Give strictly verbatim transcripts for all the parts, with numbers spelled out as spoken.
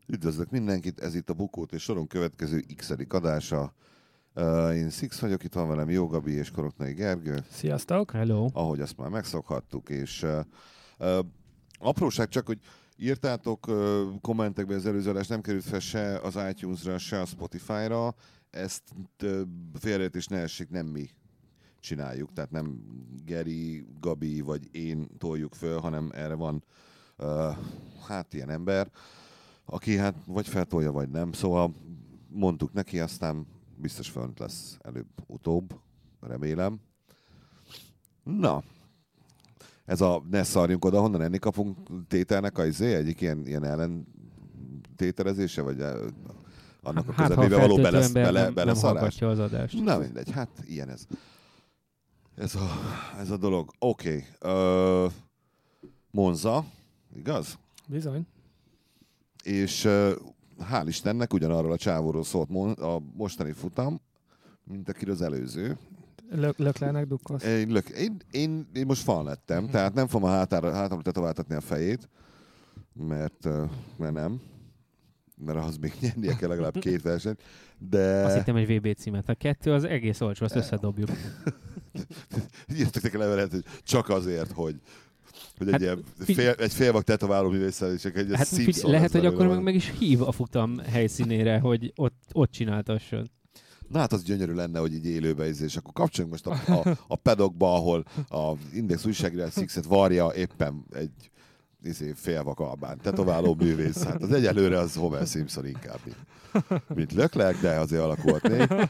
Üdvözlök mindenkit, ez itt a Bukót és Soron következő x-edik adása. Uh, én Six vagyok, itt van velem Jó Gabi és Koroknai Gergő. Sziasztok! Hello! Ahogy azt már megszokhattuk, és uh, uh, apróság csak, hogy írtátok uh, kommentekbe az előző adás, nem került fel se az iTunes-ra, se a Spotify-ra. Ezt uh, félreértés ne essék, nem mi csináljuk, tehát nem Geri, Gabi vagy én toljuk föl, hanem erre van uh, hát ilyen ember, aki hát vagy feltolja, vagy nem. Szóval mondtuk neki, aztán biztos fönt lesz előbb-utóbb, remélem. Na, ez a ne szarjunk oda, honnan enni kapunk tételnek a izé, egyik ilyen, ilyen ellentételezése, vagy annak a hát, közepébe való bele, bele, nem, beleszarás. Nem az adást. Na mindegy, hát ilyen ez. Ez a, ez a dolog. Oké. Okay. Monza, igaz? Bizony. És uh, hál' Istennek ugyanarról a csávóról szólt mon- a mostani futam, mint akiről az előző. Lök, löklernek dukkolsz? Én, lök, én, én, én most fan lettem, uh-huh. Tehát nem fogom a hátára, hátamra tetováltatni a fejét, mert, uh, mert nem. Mert ahhoz még nyernie kell legalább két versenyt. De... Azt hittem egy vé bé címet. A kettő az egész olcsó, azt összedobjuk. Írtak neki levelet, hogy csak azért, hogy hogy hát, egy, ilyen fél, egy félvak tetováló művésszel, és egy hát figy- lehet, hogy akkor meg, meg is hív a futam helyszínére, hogy ott, ott csináltasson. Na hát az gyönyörű lenne, hogy így élőbe íz, és akkor kapcsoljunk most a, a, a pedokba, ahol a Index újságírás Sixet varja éppen egy izé, félvak albán tetováló művész. Hát az egyelőre az Homer Simpson inkább, mint, mint Leclerc, de azért alakult még. Uh,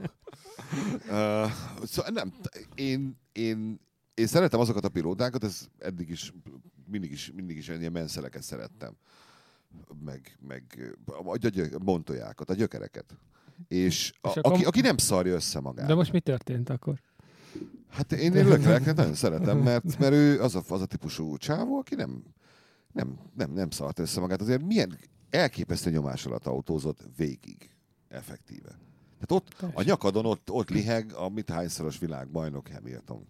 szóval nem, én, én Én szeretem azokat a pilótákat, ez eddig is, mindig is, mindig is ilyen menszeleket szerettem. Meg, meg a, gyö- a bontolyákat, a gyökereket. És, a, és aki, aki nem szarja össze magát. De most mi történt akkor? Hát én Leclercet nagyon szeretem, mert, mert ő az a, az a típusú csávó, aki nem, nem, nem, nem szart össze magát. Azért milyen elképesztő nyomás alatt autózott végig, effektíve. Tehát ott Persze. a nyakadon ott, ott liheg a mit hányszoros világbajnok Hamilton.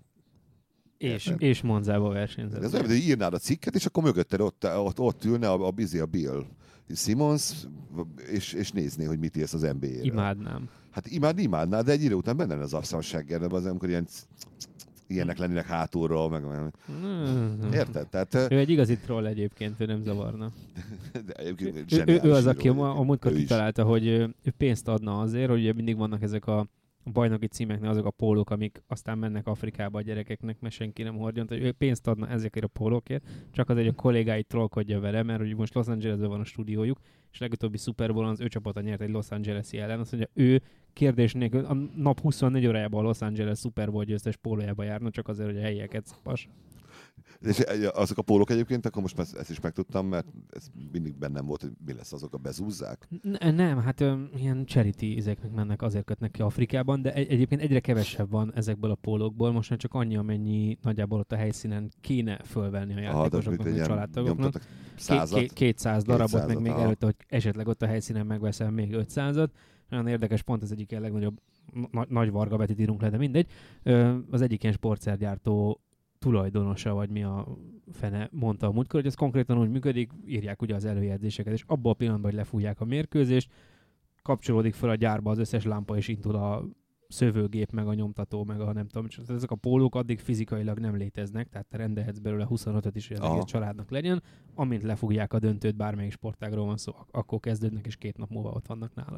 És, és Monzába versenyzett. Ez olyan, hogy írnád a cikket, és akkor mögötted ott, ott, ott ülne a, a Bizi, a Bill Simmons, és, és nézné, hogy mit írsz az en bé á-ről. Imádnám. Hát imád, imádnád, de egy idő után benne az asszonsággerben az, amikor ilyen ilyenek lennének hátulról, meg... Mm. Érted? Tehát, ő egy igazi troll egyébként, ő nem zavarna. De egyébként ő, ő, ő az, aki a, a múltkor kitalálta, hogy ő pénzt adna azért, hogy ugye mindig vannak ezek a a bajnoki címeknél azok a pólók, amik aztán mennek Afrikába a gyerekeknek, mert senki nem hordjon. Tehát ő pénzt adna ezekért a pólókért, csak azért, hogy a kollégáit trollkodja vele, mert ugye most Los Angelesben van a stúdiójuk, és legutóbbi Super Bowl-on az ő csapata nyert egy Los Angeles-i ellen. Azt mondja, ő kérdés nélkül a nap huszonnégy órájában a Los Angeles Super Bowl győztes pólójába járna, csak azért, hogy a helyieket szapas. És azok a pólók egyébként, akkor most ezt is megtudtam, mert ez mindig bennem volt, hogy mi lesz, azok a bezúzzák? Ne, nem, hát ö, ilyen charity izeknek mennek, azért kötnek ki Afrikában, de egy, egyébként egyre kevesebb van ezekből a pólókból, most már csak annyi, amennyi nagyjából ott a helyszínen kéne fölvenni a játékosoknak, a családtagoknak. kétszáz darabot, meg még aha. előtte, hogy esetleg ott a helyszínen megveszel még ötszázat. Nagyon érdekes, pont az egyik legnagyobb na- nagy Varga Betit írunk le, de mindegy. Ö, az egyik ilyen sportszergyártó tulajdonosa, vagy mi a fene mondta a múltkor, hogy ez konkrétan úgy működik, írják ugye az előjegyzéseket, és abban a pillanatban, hogy lefújják a mérkőzést, kapcsolódik fel a gyárba az összes lámpa, és indul a szövőgép, meg a nyomtató, meg a nem tudom, és ezek a pólók addig fizikailag nem léteznek, tehát te rendelhetsz belőle huszonötöt is, hogy az egész családnak legyen, amint lefújják a döntőt, bármelyik sportágról van szó, akkor kezdődnek, és két nap múlva ott vannak nálad.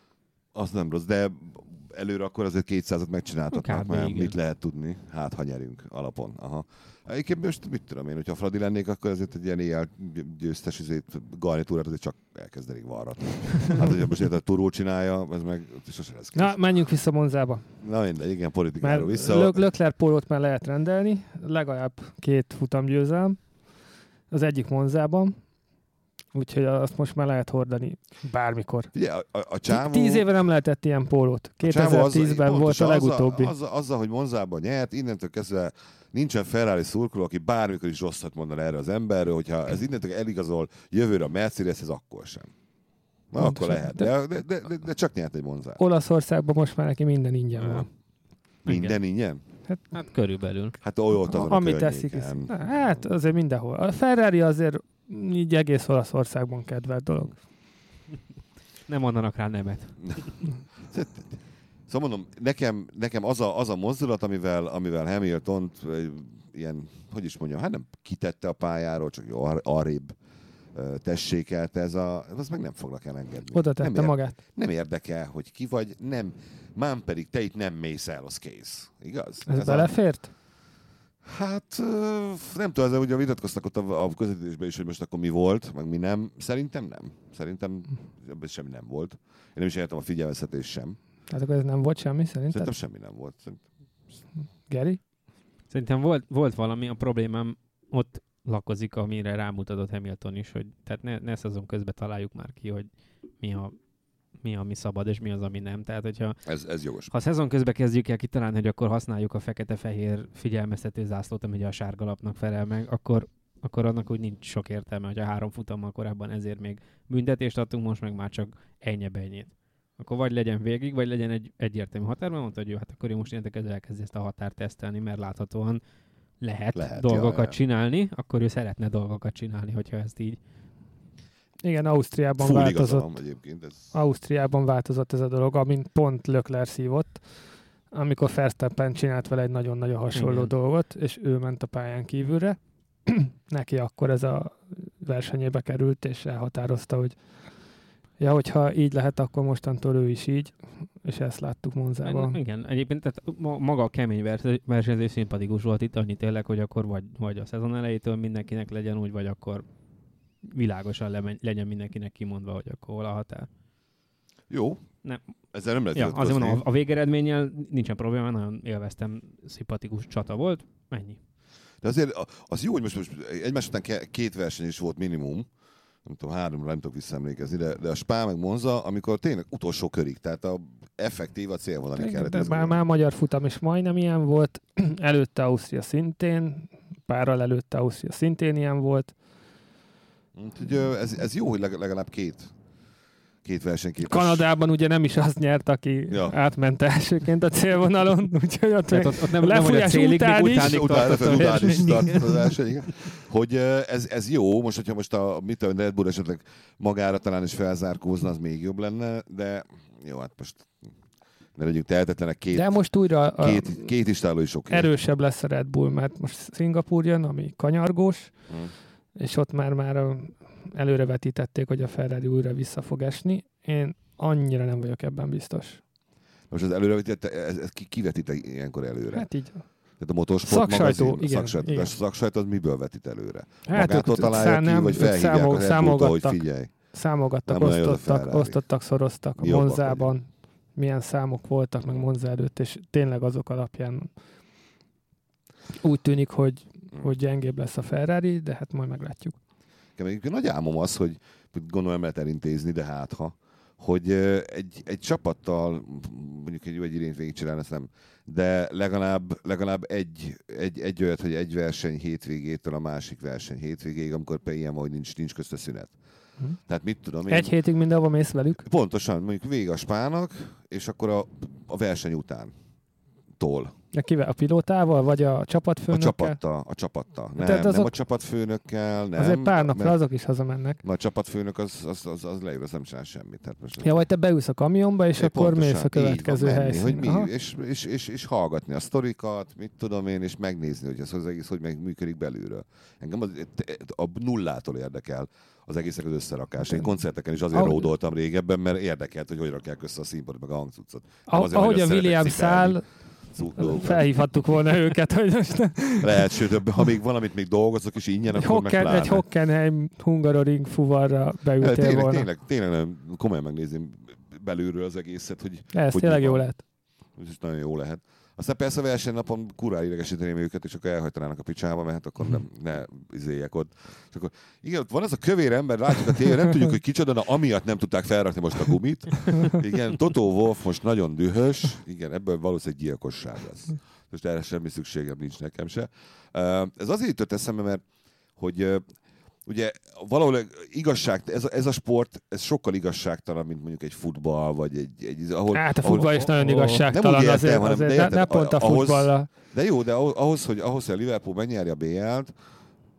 Az nem rossz, de előre akkor azért kétszázat megcsináltatnak, mert igen. Mit lehet tudni, hát ha nyerünk alapon. Aha. Egyébként most mit tudom én, hogyha Fradi lennék, akkor azért egy ilyen éjjel győztes garnitúrát azért csak elkezdenék varratni. Hát, hogyha most a Turó csinálja, ez meg sosem lesz Na, menjünk vissza Monzába. Na mindegy, igen, politikáról vissza. Mert Leclerc pólót már lehet rendelni, legalább két futamgyőzelem, az egyik Monzában. Úgyhogy azt most már lehet hordani bármikor. Ugye, a, a, a csávó... Tíz éve nem lehetett ilyen pólót. kétezer-tízben volt a legutóbbi. Azzal, azzal, azzal, hogy Monzában nyert, innentől kezdve nincsen Ferrari szurkoló, aki bármikor is rosszat mondan erre az emberről, hogyha ez innentől eligazol jövőre a Mercedeshez, akkor sem. Na, akkor lehet. De, de, de, de, de csak nyert egy Monzát. Olaszországban most már neki minden ingyen van. Minden ingyen? Hát, hát körülbelül. Hát olyat azon a Amit teszik. Hát azért mindenhol. A Ferrari azért így egész Olaszországban kedvelt dolog. Nem mondanak rá nemet. Szóval mondom, nekem, nekem az, a, az a mozdulat, amivel, amivel Hamilton ilyen, hogy is mondjam, hát nem kitette a pályáról, csak jó, arrébb tessékelte, ez a, az meg nem foglak elengedni. Oda tette nem ér, magát. Nem érdekel, hogy ki vagy, nem, mám pedig te itt nem mész el, az kész. Igaz? Ez, ez belefért? A... Hát nem tudom, ezzel ugye vitatkoztak ott a, a közvetítésben is, hogy most akkor mi volt, meg mi nem. Szerintem nem. Szerintem ebben semmi nem volt. Én nem is értem a figyelmeztetést sem. Hát akkor ez nem volt semmi, szerinted? Szerintem semmi nem volt. Geri? Szerintem volt, volt valami, a problémám ott lakozik, amire rámutatott Hamilton is, hogy tehát ne, ne szezon közben találjuk már ki, hogy mi a mi, ami szabad, és mi az, ami nem. Tehát, hogyha ez, ez jogos. Ha a szezon közben kezdjük el kitalálni, hogy akkor használjuk a fekete-fehér figyelmeztető zászlót, ami ugye a sárga lapnak felel meg, akkor, akkor annak úgy nincs sok értelme, hogy a három futammal korábban ezért még büntetést adtunk, most meg már csak ennyi-ennyit. Akkor vagy legyen végig, vagy legyen egy egyértelmű határ, mert mondta, hogy jó, hát akkor én most ilyenek ezzel elkezdi ezt a határt tesztelni, mert láthatóan lehet, lehet dolgokat ja, ja. csinálni, akkor ő szeretne dolgokat csinálni, hogyha ezt így. Igen, Ausztriában Full változott. Egyébként ez... Ausztriában változott ez a dolog, amint pont Leclerc szívott, amikor Verstappen csinált vele egy nagyon-nagyon hasonló Igen. dolgot, és ő ment a pályán kívülre. Neki akkor ez a versenyébe került, és elhatározta, hogy ja, hogyha így lehet, akkor mostantól ő is így, és ezt láttuk Monzában. Igen, egyébként tehát maga a kemény versenyzés szimpatikus volt itt, annyi tényleg, hogy akkor vagy, vagy a szezon elejétől mindenkinek legyen úgy, vagy akkor világosan lemen, legyen mindenkinek kimondva, hogy akkor hol a határ. Jó. Nem. Ezzel nem lehet ja, azért mondom, a végeredménnyel nincsen probléma, nagyon élveztem, szimpatikus csata volt, ennyi. De azért az jó, hogy most, most egymás után két verseny is volt minimum, nem tudom, háromra nem tudok visszaemlékezni, de, de a Spa meg Monza, amikor tényleg utolsó körig, tehát a effektív a célvonalig kellett. De már, már magyar futam is majdnem ilyen volt, előtte Ausztria szintén, párral előtte Ausztria szintén ilyen volt. Úgyhogy ez, ez jó, hogy legalább két, két versenyképes. Kanadában ugye nem is az nyert, aki ja. átment elsőként a célvonalon, úgyhogy ott, ott, ott nem, lefújás nem után is. Utánig után is tartott a verseny. Hogy ez, ez jó, most hogyha most a mit tudom, Red Bull esetleg magára talán is felzárkózna, az még jobb lenne, de jó, hát most ne legyünk tehetetlenek, két, de most újra két, két istáló is oké. Erősebb lesz a Red Bull, mert most Szingapúr jön, ami kanyargós, hmm. és ott már, már előrevetítették, hogy a Ferrari újra vissza fog esni. Én annyira nem vagyok ebben biztos. Most az előrevetítette, ez, ez ki, ki vetít ilyenkor előre? Hát így. Tehát a motorsport szaksajtó, magazin, igen, szaksajtó, igen. A szaksajtó az miből vetít előre? Hát magától találja ki, vagy felhívják a Red Bulltól, hogy figyelj? Számolgattak, osztottak, osztottak, szoroztak a Monzában. Milyen számok voltak, meg Monza előtt, és tényleg azok alapján úgy tűnik, hogy, hogy gyengébb lesz a Ferrari, de hát majd meglátjuk. Egyébként nagy álmom az, hogy gondolom lehet elintézni, de hát ha, hogy egy, egy csapattal, mondjuk egy jó egy irényt végigcsinálni, ezt nem, de legalább, legalább egy, egy, egy olyat, hogy egy verseny hétvégétől a másik verseny hétvégéig, amikor például ilyen, hogy nincs, nincs közt a szünet. Hmm. Tehát mit tudom én... Egy hétig mindenhova mész velük? Pontosan, mondjuk vég a Spának, és akkor a, a verseny után tól. De kivel? A pilótával, vagy a csapatfőnökkel? A csapattal, a csapattal. Nem, azok... nem a csapatfőnökkel, nem. Azért pár napra mert... azok is hazamennek. Na, a csapatfőnök az, az, az, az leül, az nem csinál semmit. Tehát most ja, vagy te beülsz a kamionba, és akkor pontosan, mész a következő helyszín. Hogy mi, és, és, és, és hallgatni a sztorikat, mit tudom én, és megnézni, hogy ez az egész hogy meg működik belülről. Engem az, a nullától érdekel az egésznek az összerakás. Én koncerteken is azért ródoltam régebben, mert érdekelt, hogy hogy rakják össze a színpadot, meg a hangcuccot. Ahogy a William száll, felhívhattuk volna őket, hogy most... Lehet, sőt, ha még valamit még dolgozok, és ingyen, egy akkor Hocken, meg egy Hockenheim Hungaroring fuvarra beültél tényleg, volna. Tényleg, tényleg komolyan megnézni belülről az egészet, hogy... Ez hogy tényleg jó lehet. Ez nagyon jó lehet. Aztán persze a versenynapon kurvára idegesíteném őket, és akkor elhajtanának a picsába, mert hát akkor nem, ne izéljek ott. És akkor, igen, ott van az a kövér ember, látjuk a tévén, nem tudjuk, hogy kicsoda, na amiatt nem tudták felrakni most a gumit. Igen, Toto Wolff most nagyon dühös, igen, ebből valószínűleg gyilkosság lesz. Most erre semmi szükségem nincs nekem se. Ez azért jutott eszembe, mert hogy ugye valahol igazság, ez a, ez a sport, ez sokkal igazságtalan, mint mondjuk egy futball, vagy egy... egy ahol, hát a futball ahol, is nagyon igazságtalan, értem, azért, hanem, azért ne, ne pont a futballal. De jó, de ahhoz, hogy, ahhoz, hogy a Liverpool megnyerje a bé el-t,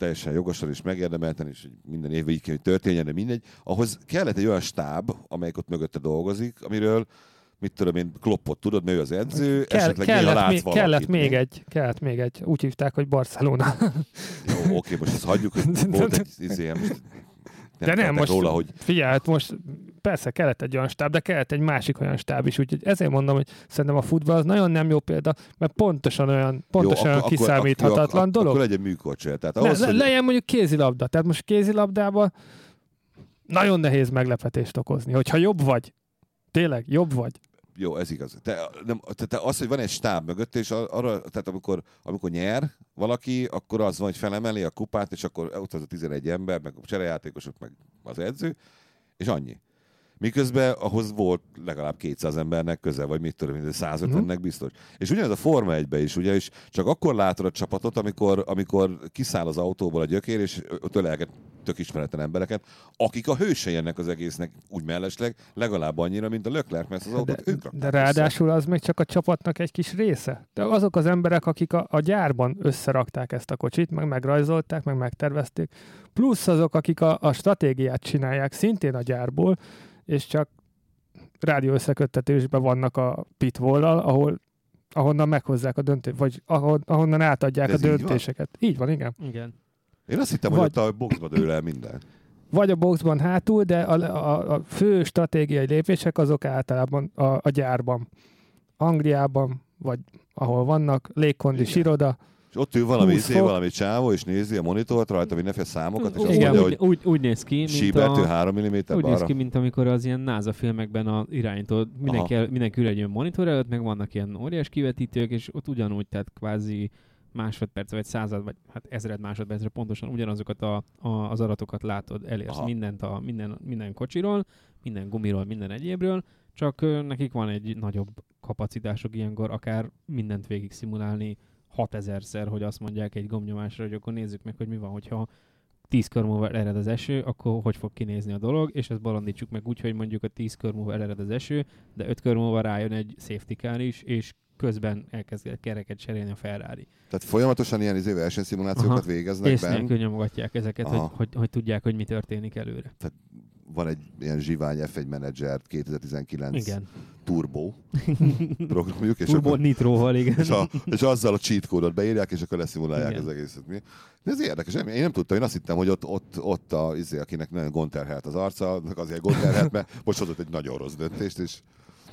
teljesen jogosan és megérdemelten, és minden évben így kell, hogy történjen, de mindegy. Ahhoz kellett egy olyan stáb, amelyik ott mögötte dolgozik, amiről mit tudom én, Kloppot tudod, mert ő az edző, Kell, esetleg kellett, néha látsz még, valakit. kellett még egy, kellett még egy, úgy hívták, hogy Barcelona. Jó, oké, most ezt hagyjuk, hogy volt egy izé, most nem de nem, most róla, hogy... figyelj, most persze kellett egy olyan stáb, de kellett egy másik olyan stáb is, úgyhogy ezért mondom, hogy szerintem a futball az nagyon nem jó példa, mert pontosan olyan, pontosan jó, olyan akkor, kiszámíthatatlan akkor, dolog. Akkor legyen műkorcsoly. Tehát ne, ahhoz, le, hogy... legyen mondjuk kézilabda, tehát most kézilabdában nagyon nehéz meglepetést okozni, hogyha jobb vagy, tényleg jobb vagy. Jó, ez igaz. Te, nem, te, te az, hogy van egy stáb mögött, és arra, tehát amikor, amikor nyer valaki, akkor az van, hogy felemeli a kupát, és akkor ott az a tizenegy ember, meg a cserejátékosok, meg az edző, és annyi. Miközben ahhoz volt legalább kétszáz embernek köze, vagy mit tudom, de száz ötvennek biztos. És ugyanez a Forma egyben is, ugye, és csak akkor látod a csapatot, amikor, amikor kiszáll az autóból a gyökér, és ott ölelget tök ismeretlen embereket, akik a hősei ennek az egésznek úgy mellesleg legalább annyira, mint a Leclerc, mert az autót de, ők rakták de ráadásul össze. Az még csak a csapatnak egy kis része. De azok az emberek, akik a, a gyárban összerakták ezt a kocsit, meg megrajzolták, meg megtervezték, plusz azok, akik a, a stratégiát csinálják szintén a gyárból, és csak rádió összeköttetésben vannak a pitwall-al, ahol ahonnan meghozzák a döntést, vagy ahon, ahonnan átadják a döntéseket. Így van? így van, igen. Igen. Én azt hittem, vagy, hogy ott a boxba dől el minden. Vagy a boxban hátul, de a, a, a fő stratégiai lépések azok általában a, a gyárban. Angliában, vagy ahol vannak, légkondis iroda. És ott ül valami, izé, valami csávó, és nézi a monitort, rajta mindenféle számokat, és azt igen, mondja, úgy, hogy úgy, úgy néz ki, mint Siebert, a... három milliméter Úgy balra. néz ki, mint amikor az ilyen NASA filmekben a irányító, mindenki, mindenki ül egy olyan monitor előtt, meg vannak ilyen óriás kivetítők, és ott ugyanúgy, tehát kvázi másodperc, vagy század, vagy hát ezred másodpercre pontosan ugyanazokat a, a, az adatokat látod, elérsz Aha. mindent a, minden, minden kocsiról, minden gumiról, minden egyébről, csak ö, nekik van egy nagyobb kapacitások ilyenkor, akár mindent végig szimulálni hatezerszer, hogy azt mondják egy gombnyomásra, hogy akkor nézzük meg, hogy mi van, hogyha tíz kör múlva ered az eső, akkor hogy fog kinézni a dolog, és ezt balandítsuk meg úgy, hogy mondjuk a tíz kör múlva ered az eső, de öt kör múlva rájön egy safety car is, és közben elkezd kereket cserélni a Ferrari. Tehát folyamatosan ilyen izé versenyszimulációkat Aha. végeznek ész nélkül nyomogatják ezeket, hogy, hogy, hogy tudják, hogy mi történik előre. Tehát van egy ilyen zsivány ef egy menedzser kétezer-tizenkilenc igen. Turbo programjuk. És Turbo akkor, Nitróval, igen. És, a, és azzal a cheat kódot beírják, és akkor leszimulálják az egészet. De ez érdekes. Én nem tudtam, én azt hittem, hogy ott, ott, ott a, izé, akinek nagyon gondterhelt az arca, azért gondterhelt, mert most hozott egy nagyon rossz döntést, és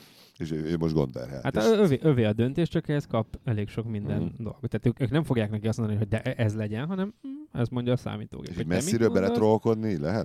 és ő, ő most gondterhelt. Hát övé, övé a döntés, csak ehhez kap elég sok minden mm. dolgot. Tehát ők, ők nem fogják neki azt mondani, hogy de ez legyen, hanem ez mondja a számítógép. És messziről beletrollkodni lehet?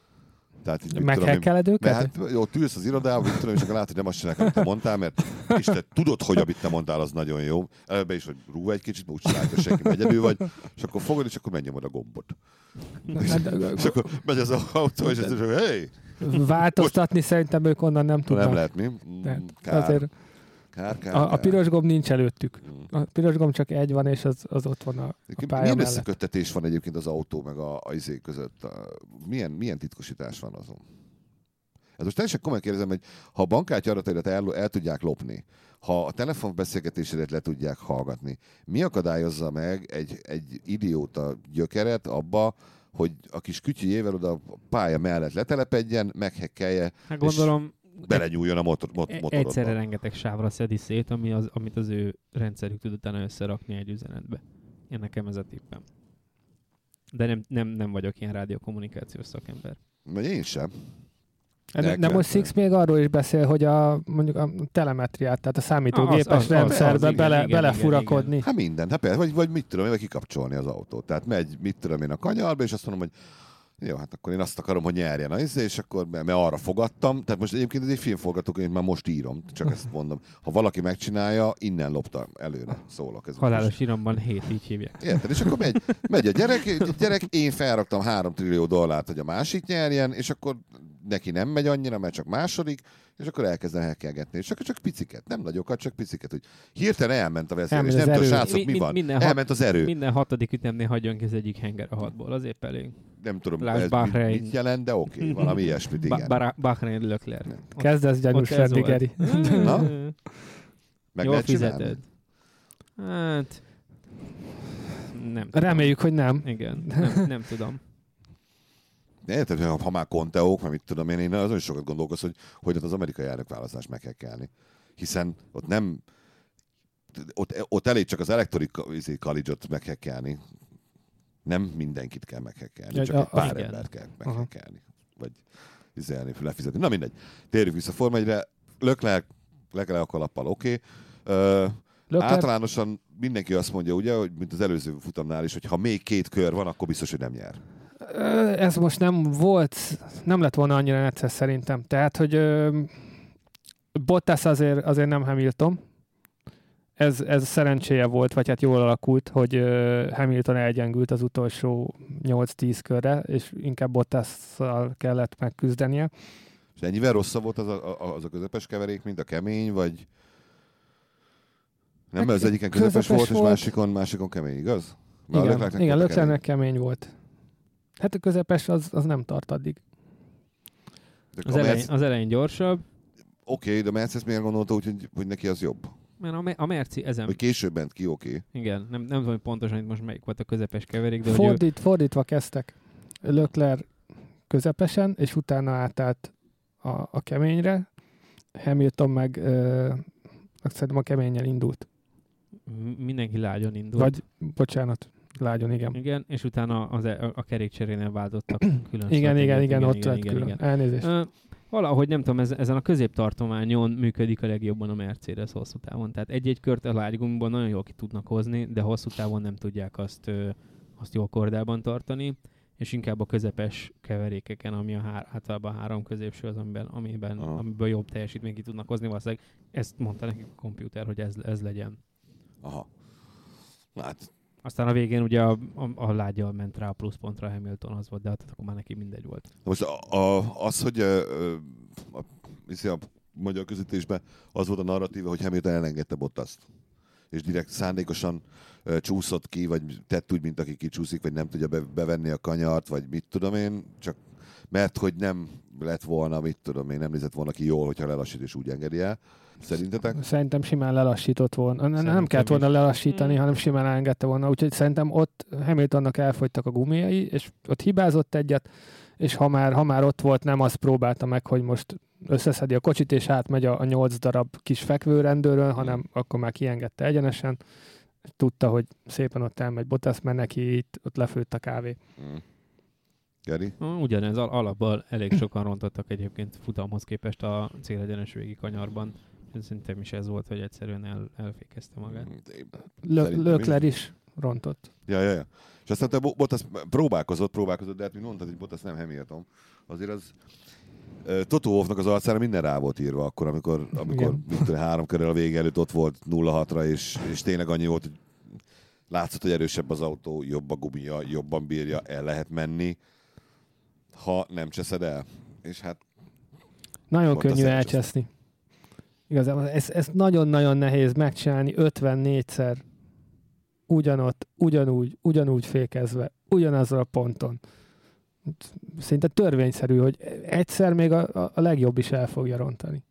Meghekkeled őket? Hát jó, tűrsz az irodában, mit tudom, és akkor látod, hogy nem azt csinálják, amit te mondtál, mert és te tudod, hogy amit te mondtál, az nagyon jó. Előbb is, hogy rúg egy kicsit, úgy csinálják, hogy senki egyedül vagy, és akkor fogod, és akkor megnyomod a gombot. És, és akkor megy az autó, és ez hogy hey! Változtatni most... szerintem ők onnan nem tudnak. Nem lehet, mi? Kár. Azért kár, kár, a, a piros gomb nincs előttük. A piros gomb csak egy van, és az, az ott van a, a pálya Milyen mellett. összeköttetés van egyébként az autó meg a, a izé között? Milyen, milyen titkosítás van azon? Ez most teljesen komolyan kérdezem, hogy ha a bankkártya adataidat el, el tudják lopni, ha a telefonbeszélgetésedet le tudják hallgatni, mi akadályozza meg egy, egy idióta gyökeret abba, hogy a kis kütyüjével oda a pálya mellett letelepedjen, meghekkelje, hát gondolom, belenyúljon a motor, mot, motorodba. Egyszerre rengeteg sávra szedi szét, ami az, amit az ő rendszerük tud utána összerakni egy üzenetbe. Én nekem ez a tippem. De nem, nem, nem vagyok ilyen rádiókommunikációs szakember. Vagy én sem. De, de most Six még arról is beszél, hogy a, mondjuk a telemetriát, tehát a számítógépes ah, az, az, rendszerbe az, bele, igen, belefurakodni. Igen, igen. Hát minden, hát persze, vagy, vagy mit tudom én, vagy kikapcsolni az autót. Tehát megy, mit tudom én a kanyarba, és azt mondom, hogy jó, hát akkor én azt akarom, hogy nyerjen a izé, és akkor, mert arra fogadtam. Tehát most egyébként ez egy filmforgatókönyv, már most írom, csak ezt mondom. Ha valaki megcsinálja, innen lopta előre, szólok. Ez halálos iramban hét, így hívják. Érted? És akkor megy, megy a gyerek, a gyerek, én felraktam három trillió dollárt, hogy a másik nyerjen, és akkor neki nem megy annyira, mert csak második, és akkor elkezdem elkelgetni. És akkor csak piciket, nem nagyokat, csak piciket, hogy hirtelen elment a veszély, és nem tudom, srácok, mi van? Minden elment az erő. Minden hatodik ütemnél hagyjon ki az egyik henger a hatból, azért elég. Nem tudom, ez mit, mit jelent, de oké, okay, valami ilyesmit, igen. Ba- Bahrein Leclerc. Kezdesz gyanús lenni, Geri. Na? Meg jól fizeted. Hát... nem tudom. Reméljük, hogy nem. Igen, nem, nem tudom. De érted, hogy ha már konteók, mert mit tudom én, én azon is sokat gondolkoz, hogy hogy lehet az amerikai elnökválasztást meghekkelni. Hiszen ott nem, ott, ott elég csak az electoral college-ot meghekkelni. Nem mindenkit kell meghekkelni, ja, csak a, egy pár igen. embert kell meghekkelni. Vagy izélni, lefizetni. Na mindegy. Térjük vissza Forma egyre. Leclerc le kell a kalappal, oké. Okay. Uh, általánosan mindenki azt mondja, ugye, hogy mint az előző futamnál is, hogy ha még két kör van, akkor biztos, hogy nem nyer. Ez most nem volt, nem lett volna annyira necces szerintem. Tehát, hogy uh, Bottas azért, azért nem Hamilton. Ez, ez szerencséje volt, vagy hát jól alakult, hogy uh, Hamilton elgyengült az utolsó nyolc-tíz körre, és inkább Bottasszal kellett megküzdenie. És ennyivel rosszabb volt az a, az a közepes keverék, mint a kemény, vagy nem, mert az egyiken közepes, közepes volt, volt, és másikon, másikon kemény, igaz? Mert igen, igen Leclercnek kemény volt. Hát a közepes az, az nem tart addig. Az elején, Merc... az elején gyorsabb. Oké, okay, de Mercedes miért gondolta úgy, hogy, hogy neki az jobb? Mert a, me- a Merci ezen... Hogy később ment ki, oké. Okay. Igen, nem, nem tudom pontosan, hogy most melyik volt a közepes keverék, de Fordít, ő... Fordítva kezdtek. Leclerc közepesen, és utána átállt a, a keményre. Hamilton meg ö, szerintem a keménnyel indult. Mindenki lágyon indult. Vagy, bocsánat, lágyon, igen. Igen, és utána az, a, a kerékcserénél váltottak külön. igen, igen, igen, ott lett külön. Igen. Elnézést. Uh, valahogy nem tudom, ez, ezen a középtartományon működik a legjobban a Mercedes hosszú távon. Tehát egy-egy kört a lágygumiból nagyon jól ki tudnak hozni, de hosszú távon nem tudják azt, ö, azt jól kordában tartani, és inkább a közepes keverékeken, ami a hár, általában a három középső az, amiben, amiben amiből jobb teljesítményt ki tudnak hozni. Valószínűleg ezt mondta nekik a komputer, hogy ez, ez legyen. Aha. Hát. Aztán a végén ugye a, a, a lágyjal ment rá a pluszpontra Hamilton, az volt, de hát akkor már neki mindegy volt. Most a, a, az, hogy a, a, a, a magyar közvetítésben az volt a narratíva, hogy Hamilton elengedte Bottaszt. És direkt szándékosan uh, csúszott ki, vagy tett úgy, mint aki kicsúszik, vagy nem tudja be, bevenni a kanyart, vagy mit tudom én, csak mert hogy nem lett volna, mit tudom én, nem nézett volna ki jól, hogyha lelassít és úgy engedi el. Szerintetek? Szerintem simán lelassított volna. Szerintem nem kellett volna lelassítani, hanem simán elengedte volna. Úgyhogy szerintem ott Hamiltonnak elfogytak a gumiai, és ott hibázott egyet, és ha már, ha már ott volt, nem azt próbálta meg, hogy most összeszedi a kocsit, és átmegy a, a nyolc darab kis fekvőrendőről, mm. hanem akkor már kiengedte egyenesen. Tudta, hogy szépen ott elmegy Bottas, mert neki itt ott lefőtt a kávé. Mm. Geri? Ugyanez alapból elég sokan rontottak egyébként futamhoz képest a célegyenes végi kanyarban. Szerintem is ez volt, hogy egyszerűen el, elfékezte magát. Leclerc is rontott. Ja, ja, ja. És aztán te Bottas próbálkozott, próbálkozott, de hát mint mondtad, hogy Bottas nem Hamilton. Azért az uh, Toto Wolffnak az arcára minden rá volt írva akkor, amikor, amikor tudom, három körrel a vége előtt ott volt nulla hatra, és, és tényleg annyi volt, hogy látszott, hogy erősebb az autó, jobb a gumia, jobban bírja, el lehet menni, ha nem cseszed el. És hát nagyon könnyű elcseszni. Igazából ez, ez nagyon-nagyon nehéz megcsinálni ötvennégyszer ugyanott, ugyanúgy, ugyanúgy fékezve, ugyanazzal a ponton. Szinte törvényszerű, hogy egyszer még a, a legjobb is el fogja rontani.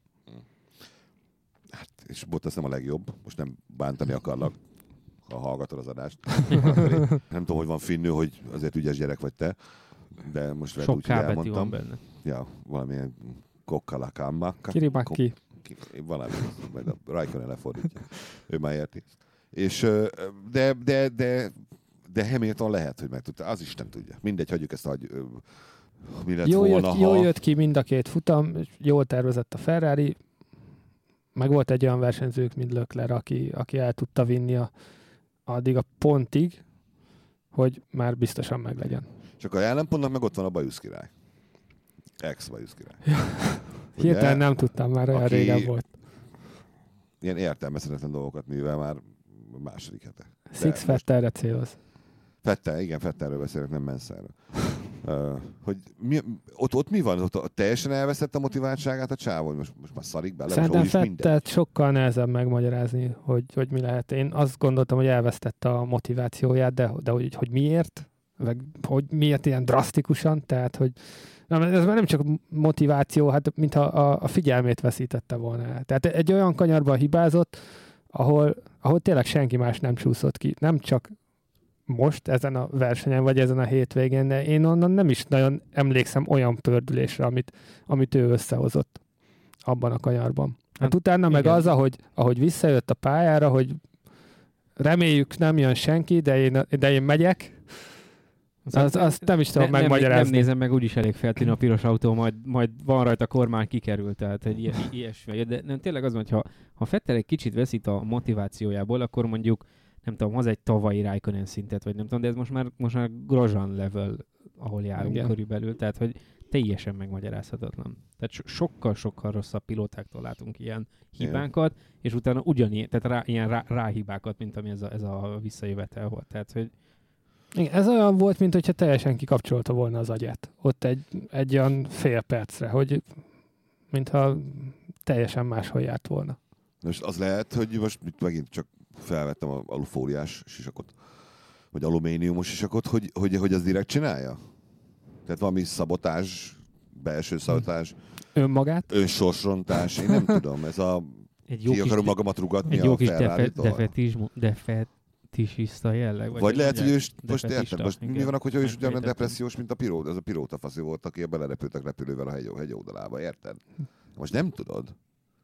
Hát, és Bottas nem a legjobb. Most nem bántani akarlak, ha hallgatod az adást. Nem tudom, hogy van finnő, hogy azért ügyes gyerek vagy te, de most lehet úgy, hogy elmondtam. Van benne. Ja, valamilyen kokkalakámmak. Kiribaki. Valami, majd a Raikkonen lefordítja. Ő már érti. És, de, de, de, de Hamilton lehet, hogy megtudta. Az is nem tudja. Mindegy, hagyjuk ezt, hogy mi lett jó volna, jött, ha... Jól jött ki mind a két futam, jól tervezett a Ferrari, meg volt egy olyan versenyzők, mint Leclerc, aki, aki el tudta vinni a, addig a pontig, hogy már biztosan meglegyen. Csak a ellenpontnak meg ott van a bajusz király. Ex-bajusz király. Hirtelen nem tudtam, már olyan régen volt. Ilyen értelmezhetetlen dolgokat művel már második hete. Six Vettelre céloz. Vettel, igen, Vettelről beszélek, nem Mansellről. uh, hogy mi, ott, ott mi van? Ott teljesen elveszett a motiváltságát a csávó, most, most már szarik bele. Szerintem Vettelt sokkal nehezebb megmagyarázni, hogy, hogy mi lehet. Én azt gondoltam, hogy elvesztette a motivációját, de, de hogy, hogy miért? Meg, hogy miért ilyen drasztikusan? Tehát, hogy nem, ez már nem csak motiváció, hát mintha a, a figyelmét veszítette volna el. Tehát egy olyan kanyarban hibázott, ahol, ahol tényleg senki más nem csúszott ki. Nem csak most ezen a versenyen, vagy ezen a hétvégén, de én onnan nem is nagyon emlékszem olyan pördülésre, amit, amit ő összehozott abban a kanyarban. Hát, hát utána igen. meg az, ahogy, ahogy visszajött a pályára, hogy reméljük nem jön senki, de én, de én megyek, Az, azt nem is tudom ne, megmagyarázni. Nem nézem meg, úgyis elég feltűnő a piros autó, majd, majd van rajta kormány, kikerül, tehát egy ilyes, ilyesmi. De nem, tényleg az van, hogy ha, ha Vettel egy kicsit veszít a motivációjából, akkor mondjuk, nem tudom, az egy tavalyi Raikkonen szintet, vagy nem tudom, de ez most már, most már Grosjean level, ahol járunk igen. körülbelül, tehát hogy teljesen megmagyarázhatatlan. Tehát so- sokkal-sokkal rosszabb pilótáktól látunk ilyen hibánkat, igen. és utána ugyanilyen, tehát rá, ilyen rá, ráhibákat, mint ami ez a, ez a visszajövetel volt. Tehát, hogy igen, ez olyan volt, mint hogyha teljesen kikapcsolta volna az agyát. Ott egy, egy olyan fél percre, hogy mintha teljesen máshol járt volna. Most az lehet, hogy most megint csak felvettem a alufóliás sisakot, vagy alumíniumos sisakot, hogy, hogy, hogy az direkt csinálja? Tehát valami szabotás, belső szabotás, önmagát? Önsorsrontás, én nem tudom, ez a egy jó ki akarom magamat rugatni egy a jó kis Ferrari-tól. defetizmus, defet, tisista jelleg. Vagy, vagy lehet, hogy ő is, most érted, most igen. mi van, hogyha ő is ugyanolyan depressziós, mint a pilóta, az a pilóta faszi volt, aki belerepültek repülővel a hegy, hegy oldalába, érted? Most nem tudod.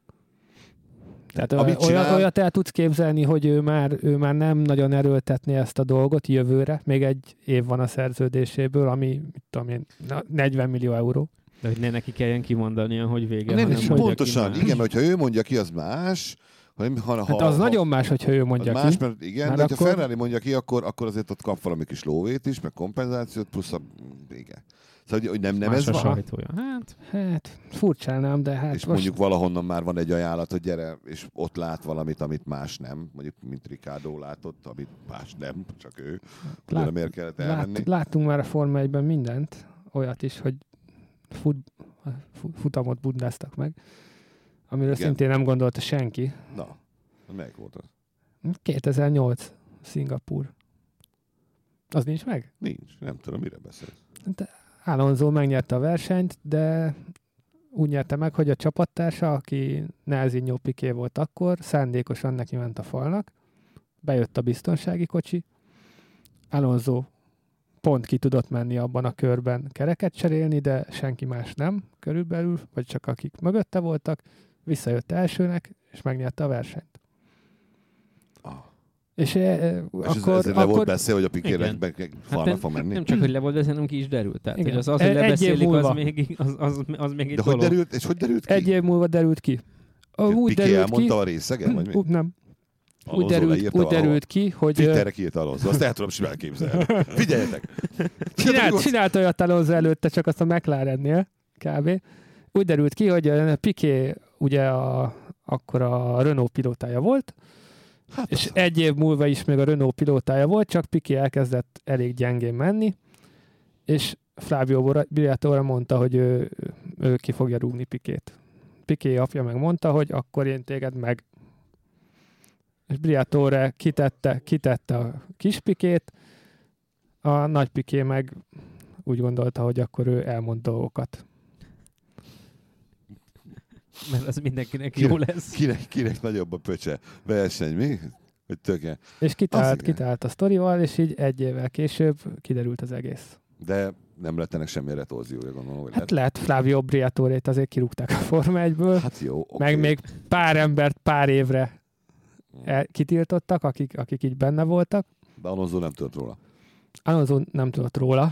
Tehát olyat, csinál... olyat el tudsz képzelni, hogy ő már, ő már nem nagyon erőltetné ezt a dolgot jövőre, még egy év van a szerződéséből, ami, mit tudom én, negyven millió euró. De hogy ne neki kelljen kimondania, hogy vége. Nem, hanem pontosan, igen, mert ha ő mondja ki, az más. Ha, ha, hát az ha, nagyon más, hogyha ő mondja ki. Más, mert igen, de akkor... ha Ferrari mondja ki, akkor, akkor azért ott kap valami kis lóvét is, meg kompenzációt, plusz a... igen. Szóval, hogy nem, nem ez van. Hát, hát furcsálnám, de hát és most... mondjuk valahonnan már van egy ajánlat, hogy gyere, és ott lát valamit, amit más nem. Mondjuk, mint Ricciardo látott, amit más nem, csak ő. Lát, miért kellett elmenni. Lát, láttunk már a Forma egyben mindent, olyat is, hogy fut, futamot bundáztak meg, amiről igen. szintén nem gondolta senki. Na, melyik volt az? kétezer-nyolc, Szingapúr. Az nincs meg? Nincs, nem tudom, mire beszélsz. De Alonso megnyerte a versenyt, de úgy nyerte meg, hogy a csapattársa, aki Nelsinho Piquet volt akkor, szándékosan neki ment a falnak, bejött a biztonsági kocsi, Alonso pont ki tudott menni abban a körben kereket cserélni, de senki más nem körülbelül, vagy csak akik mögötte voltak, visszajött elsőnek, és megnyerte a versenyt. Ah. És, e, és akkor, ez, ezért le akkor... volt beszél, hogy a Piqué falnak hát fog menni? Nem csak, hogy le volt beszél, hanem ki is derült. Tehát, hogy az, az, hogy lebeszélik, az még, az, az, az még egy de dolog. Hogy derült, és hogy derült ki? Egy év múlva derült ki. Úgy Piqué elmondta ki, a részegen? Vagy mi? Nem. Úgy derült, úgy derült ki, hogy... Twitterre kiírta Alonso, azt el tudom simán képzelni. Figyeljetek! Csinált, csinált olyat Alonso előtte, csak azt a McLarennél, kb. Úgy derült ki, hogy Piqué ugye a, akkor a Renault pilótája volt, hát és az... egy év múlva is még a Renault pilótája volt, csak Piqué elkezdett elég gyengén menni, és Flavio Briatore mondta, hogy ő, ő ki fogja rúgni Piquét. Piqué apja meg mondta, hogy akkor én téged meg. És Briatore kitette, kitette a kis Piquét, a nagy Piqué meg úgy gondolta, hogy akkor ő elmond dolgokat. Mert az mindenkinek kinek, jó lesz. Kinek, kinek nagyobb a pöcse? Verseny, mi? Hogy töke. És kitalált, kitalált a sztorival, és így egy évvel később kiderült az egész. De nem lett ennek semmi retorziója, gondolom. Hogy hát lehet Flavio Briatorét azért kirúgták a Forma egyből. Hát jó, okay. Meg még pár embert pár évre el, kitiltottak, akik, akik így benne voltak. De Alonso nem tudott róla. Alonso nem tudott róla.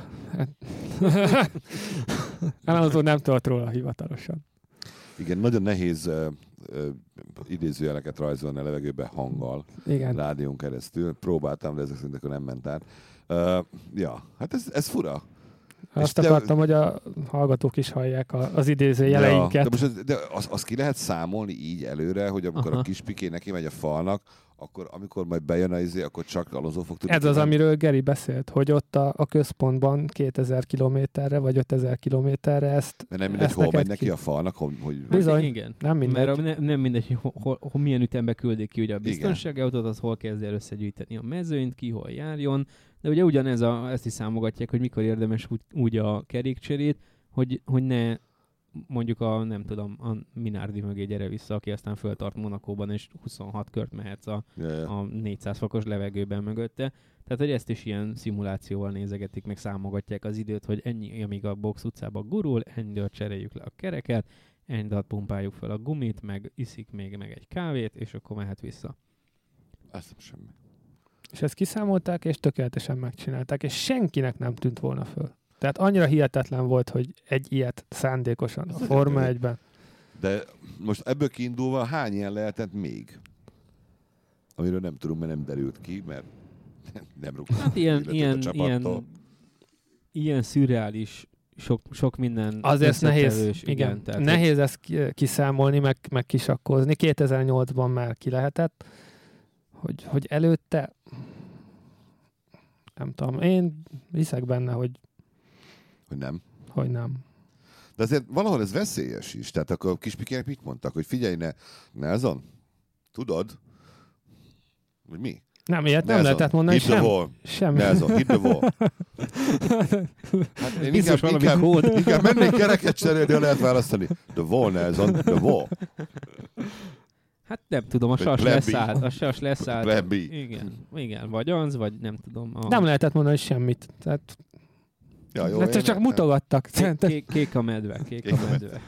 Alonso nem tudott róla hivatalosan. Igen, nagyon nehéz uh, uh, idézőjeleket rajzolni a levegőbe hanggal, igen. Rádión keresztül. Próbáltam, de ezek szerint akkor nem ment át. Uh, ja, hát ez, ez fura. Azt és akartam, de... hogy a hallgatók is hallják az idézőjeleinket. Ja, de most az, de az, az ki lehet számolni így előre, hogy amikor aha. a kis Piqué neki megy a falnak, akkor amikor majd bejön a izé, akkor csak Alonso fog tudni. Ez az, amiről Geri beszélt, hogy ott a, a központban kétezer kilométerre vagy ötezer kilométerre ezt mert nem mindegy, hol megy neki ki a falnak, hogy... hogy bizony, igen. Nem mindegy. Mert ne, nem mindegy, hogy hol, hol, milyen ütembe küldik ki ugye a biztonsági autót, az hol kezd el összegyűjteni a mezőnyt, ki hol járjon, de ugye ugyanez a, ezt is számogatják, hogy mikor érdemes úgy, úgy a kerékcserét, hogy, hogy ne mondjuk a, nem tudom, a Minardi mögé gyere vissza, aki aztán föltart Monakóban, és huszonhat kört mehetsz a, yeah, yeah. a négyszáz fokos levegőben mögötte. Tehát, hogy ezt is ilyen szimulációval nézegetik, meg számogatják az időt, hogy ennyi, amíg a box utcába gurul, ennyi cseréljük le a kereket, ennyi pumpáljuk fel a gumit, meg iszik még meg egy kávét, és akkor mehet vissza. Azt nem semmi. És ezt kiszámolták, és tökéletesen megcsinálták, és senkinek nem tűnt volna föl. Tehát annyira hihetetlen volt, hogy egy ilyet szándékosan a Forma egyben. De most ebből kiindulva hány ilyen lehetett még? Amiről nem tudunk, mert nem derült ki, mert nem rúgtam. Hát ilyen, ilyen, ilyen, ilyen szürreális, sok, sok minden azért nehéz, igen, igen, tehát nehéz ezt kiszámolni, meg, meg kisakkozni. kétezer-nyolcban már ki lehetett, hogy, hogy előtte nem tudom, én hiszek benne, hogy hogy nem. Hogy nem. De azért valahol ez veszélyes is. Tehát akkor a kispikének mit mondtak? Hogy figyelj, ne, Nelson, tudod? Hogy mi? Nem, ilyet nem lehetett mondani sem. Semmi. Nelson, hit the wall. Hát én inkább, inkább, inkább mennék kereket cserélni, ha lehet választani. The wall, Nelson, the wall. Hát nem tudom, a sas leszállt. A sas leszállt. Igen, igen, vagy az, vagy nem tudom. A... Nem lehetett mondani semmit. Tehát... Ja, jó, hát csak mutogattak. Kék, kék, kék a medve, kék, kék a medve.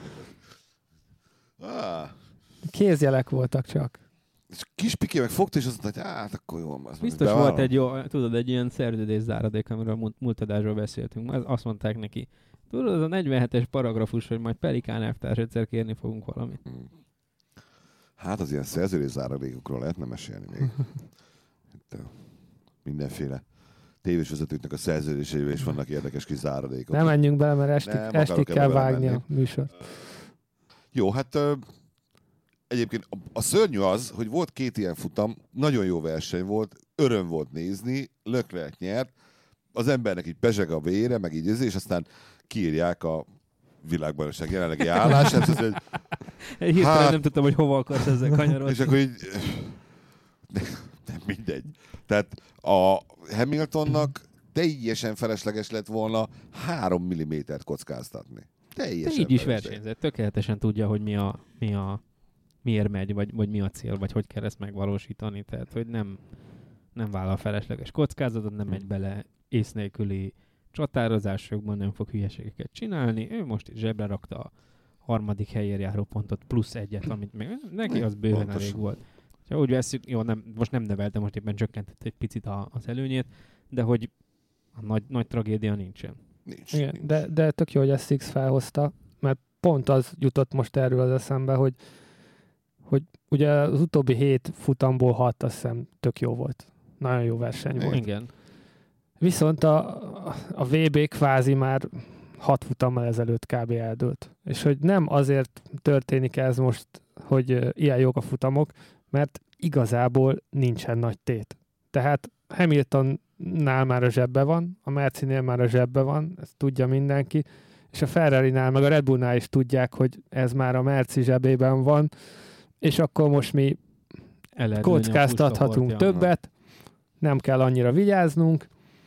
Ah. Kézjelek voltak csak. És Kispiké meg fogta, és azt mondta, hogy hát akkor jó. Az biztos volt egy jó, tudod, egy ilyen szerződés záradék, amiről a múlt adásról beszéltünk. Azt mondták neki, tudod, az a negyvenhetes paragrafus, hogy majd Pelikán elvtárs egyszer kérni fogunk valamit. Hmm. Hát az ilyen szerződés záradékokról lehetne mesélni még. De mindenféle tévésvezetőknek a szerződéseivel is vannak érdekes kis záradékok. Nem menjünk bele, mert estig, Nem, estig kell vágni menni. A műsort. Jó, hát uh, egyébként a, a szörnyű az, hogy volt két ilyen futam, nagyon jó verseny volt, öröm volt nézni, Leclerc nyert, az embernek így pezseg a vére, meg így és aztán kiírják a világbajnokság jelenlegi állását. Ez egy, Hirtelen hát, nem tudtam, hogy hova akarsz ezzel kanyarodni. És akkor így... Nem mindegy. Tehát a Hamiltonnak teljesen felesleges lett volna három millimétert kockáztatni. Teljesen De így is versenyzett. Tökéletesen tudja, hogy mi a, mi a miért megy, vagy, vagy mi a cél, vagy hogy kell ezt megvalósítani. Tehát, hogy nem, nem vállal felesleges kockázatot, nem megy bele ész nélküli csatározásokban, nem fog hülyeségeket csinálni. Ő most itt zsebre rakta a harmadik helyért járó pontot plusz egyet, amit még neki az bőven Pontosan. elég volt. Ha úgy veszük, jó, nem, most nem növelte, most éppen csökkentett egy picit a, az előnyét, de hogy a nagy, nagy tragédia nincsen. Nincs, Igen, nincs. De, de tök jó, hogy ezt Six felhozta, mert pont az jutott most erről az eszembe, hogy, hogy ugye az utóbbi hét futamból hat, azt hiszem tök jó volt. Nagyon jó verseny Igen. volt. Igen. Viszont a, a vé bé kvázi már hat futammal ezelőtt kb. Eldőlt. És hogy nem azért történik ez most, hogy ilyen jók a futamok, mert igazából nincsen nagy tét. Tehát Hamiltonnál már a zsebbe van, a Mercinél már a zsebbe van, ezt tudja mindenki, és a Ferrarinál, meg a Red Bullnál is tudják, hogy ez már a Merci zsebében van, és akkor most mi kockáztathatunk többet, nem kell annyira vigyáznunk,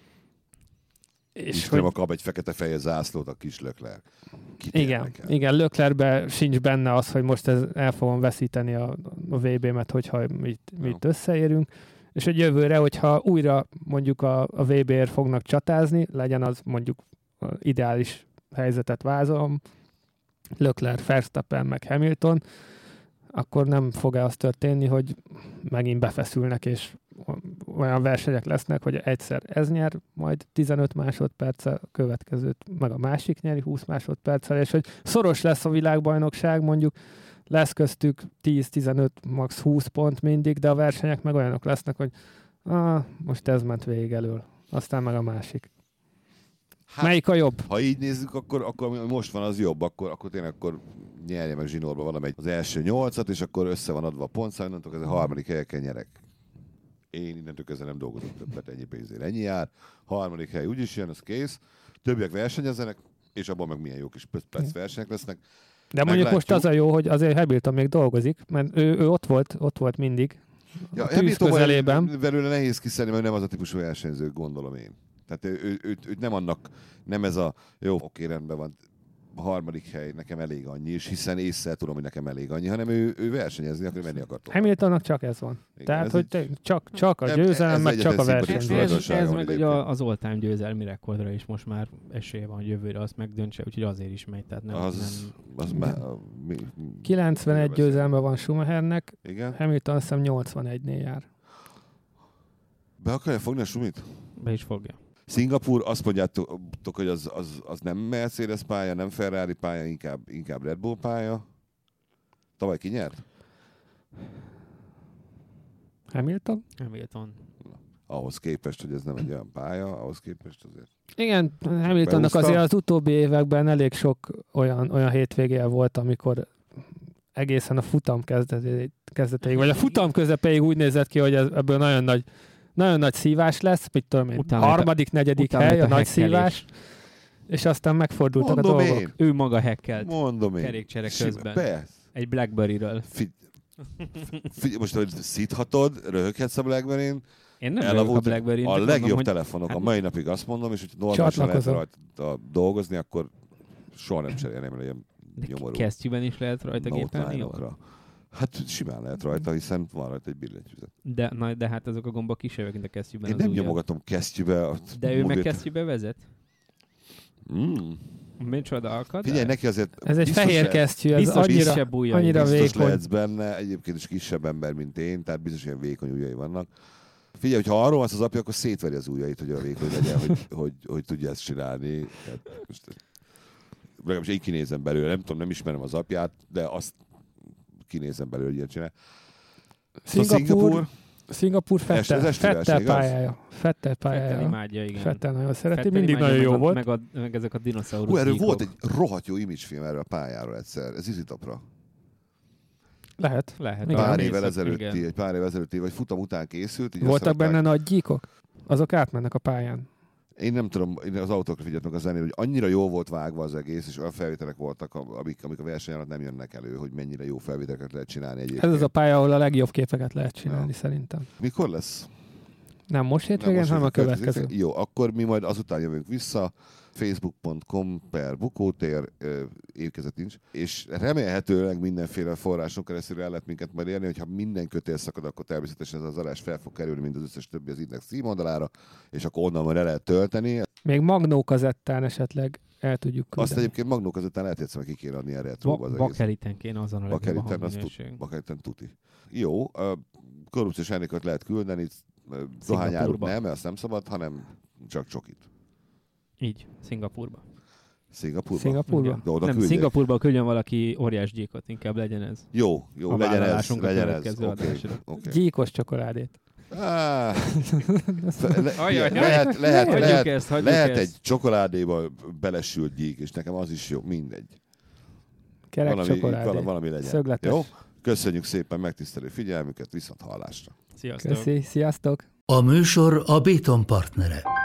és hogy... nem kap egy fekete feje zászlót a kis Leclerc. Igen, igen, Leclercben sincs benne az, hogy most ez el fogom veszíteni a, a vé bé-met, hogyha mit, mit összeérünk, és hogy jövőre, hogyha újra mondjuk a, a vé bé-ért fognak csatázni, legyen az mondjuk ideális helyzetet vázolom, Leclerc, Verstappen, meg Hamilton, akkor nem fog-e az történni, hogy megint befeszülnek, és olyan versenyek lesznek, hogy egyszer ez nyer, majd tizenöt másodperccel, a következőt meg a másik nyeri húsz másodperccel, és hogy szoros lesz a világbajnokság, mondjuk lesz köztük tíz-tizenöt, max. húsz pont mindig, de a versenyek meg olyanok lesznek, hogy ah, most ez ment végig elől, aztán meg a másik. Hát, melyik a jobb? Ha így nézzük, akkor, akkor most van az jobb, akkor, akkor tényleg akkor nyerje meg zsinórba valamelyik az első nyolcat, és akkor össze van adva a pontszám, onnantól ez a harmadik helyeken nyerek. Én innentől kezdve nem dolgozom többet, ennyi pénzért. Ennyi jár, harmadik hely úgyis jön, az kész. Többiek versenyezzenek, és abban meg milyen jó kis perc versenyek lesznek. De mondjuk most az a jó, hogy azért Hamilton még dolgozik, mert ő, ő ott volt, ott volt mindig. Ja, Hamilton belőle nehéz kiszedni, mert nem az a típusú versenyző, gondolom én. Tehát ő, ő, ő, ő nem annak, nem ez a jó, oké, rendben van. a harmadik hely nekem elég annyi, és hiszen észre tudom, hogy nekem elég annyi, hanem ő, ő versenyezni, akkor menni akar tovább. Hamiltonnak csak ez van. Igen, Tehát, ez hogy te, csak, csak a győzelem, meg csak a verseny. Ez, ez, ez meg ugye az all-time győzelmi rekordra is most már esélye van jövőre, azt megdöntse, úgyhogy azért is megy. Tehát nem, az, nem... az me, mi, kilencvenegy győzelme van Schumachernek, igen? Hamilton azt hiszem nyolcvanegynél jár. Be akarja fogni a Schumit? Be is fogja. Szingapúr, azt mondjátok, hogy az, az, az nem Mercedes pálya, nem Ferrari pálya, inkább, inkább Red Bull pálya. Tavaly ki nyert? Hamilton? Hamilton. Ahhoz képest, hogy ez nem egy olyan pálya, ahhoz képest azért. Igen, Hamiltonnak azért az utóbbi években elég sok olyan, olyan hétvégéje volt, amikor egészen a futam kezdetéig, kezdetéig vagy a futam közepéig úgy nézett ki, hogy ez, ebből nagyon nagy Nagyon nagy szívás lesz, mit tudom én, utána harmadik, a, negyedik hely, a, a nagy szívás, és aztán megfordultak Mondom a dolgok. Én. Ő maga hackelt. Mondom én. Kerékcsere közben. Be. Egy Blackberry-ről. Fi, fi, most, hogy szíthatod, röhöghetsz a Blackberry-n. Én nem röhög a Blackberry-n. A legjobb mondom, telefonok, hát, a mai napig azt mondom, és hogy normálisan lehet rajta dolgozni, akkor soha nem cserélném el ilyen nyomorú. Kesztyűben is lehet rajta gépelni? Hát simán lehet rajta, hiszen van rajta egy billentyűzet. De, na, de hát azok a gombok kisebbek, mint a kesztyűben. Én nem ujjad. Nyomogatom kesztyűbe. De ő meg kesztyűbe vezet? Mm. Micsoda alkat? Figyelj, neki azért... Ez egy fehér kesztyű, ez biztos, annyira, ujjai, annyira biztos vékony. lehetsz benne, egyébként is kisebb ember, mint én, tehát biztos ilyen vékony ujjai vannak. Figyelj, hogyha arról van az apja, akkor szétveri az ujjait, hogy olyan vékony legyen, hogy, hogy, hogy tudja ezt csinálni. Tehát most, legalábbis így kinézem belőle, nem tudom, nem ismerem az apját, de azt kinézem belőle, hogy ilyen csinál. Szingapúr, Szingapúr Fettel, Fettel pályája. Fettel pályája. Fettel imádja, igen. Fettel nagyon szereti, Fettel mindig nagyon jó meg volt. Meg, a, meg ezek a dinoszaurusz. Hú, erről volt egy rohadt jó imagefilm erről a pályáról egyszer. Ez izitapra. Lehet. Lehet. Pár évvel ezelőtti, egy pár évvel ezelőtti, vagy futam után készült. Voltak benne nagy gyíkok? Azok átmennek a pályán. Én nem tudom, én az autókra figyeltem a zenére, hogy annyira jó volt vágva az egész, és olyan felvételek voltak, amik, amik a verseny alatt nem jönnek elő, hogy mennyire jó felvételeket lehet csinálni egyébként. Ez az a pálya, ahol a legjobb képeket lehet csinálni, ja. Szerintem. Mikor lesz? Nem most hétvégén, hanem a következő. Jó, akkor mi majd azután jövünk vissza. facebook pont com per bukótér, évkezet nincs, és remélhetőleg mindenféle források keresztül el lehet minket majd érni, hogyha minden kötél szakad, akkor természetesen ez az adás fel fog kerülni, mint az összes többi az Index címoldalára, és akkor onnan majd el lehet tölteni. Még magnókazettán esetleg el tudjuk küldeni. Azt egyébként magnókazettán lehet egyszer ki kéne adni erre retróba az egész. Bakeliten kéne azon a legjobb a hangminőség. Bakeliten tuti. Jó, a korrupciós elnékot lehet küldeni, dohányárut nem, mert azt nem szabad, hanem csak csokit. Így, Szingapúrba. Szingapúrba? Szingapúrba? De oda nem, küldjek. Szingapúrba küldjön valaki óriás gyíkot, inkább legyen ez. Jó, jó, a legyen ez, legyen ez. Okay, okay. Gyíkos csokoládét. Ah, le, ajaj, lehet, lehet, hagyjuk lehet, ezt, lehet ezt. egy csokoládéba belesült gyík, és nekem az is jó, mindegy. Kerek valami, csokoládé. valami, valami legyen. Szögletes. Jó? Köszönjük szépen megtisztelő figyelmüket, viszont hallásra. Sziasztok. Köszi, sziasztok. A műsor a Béton partnere.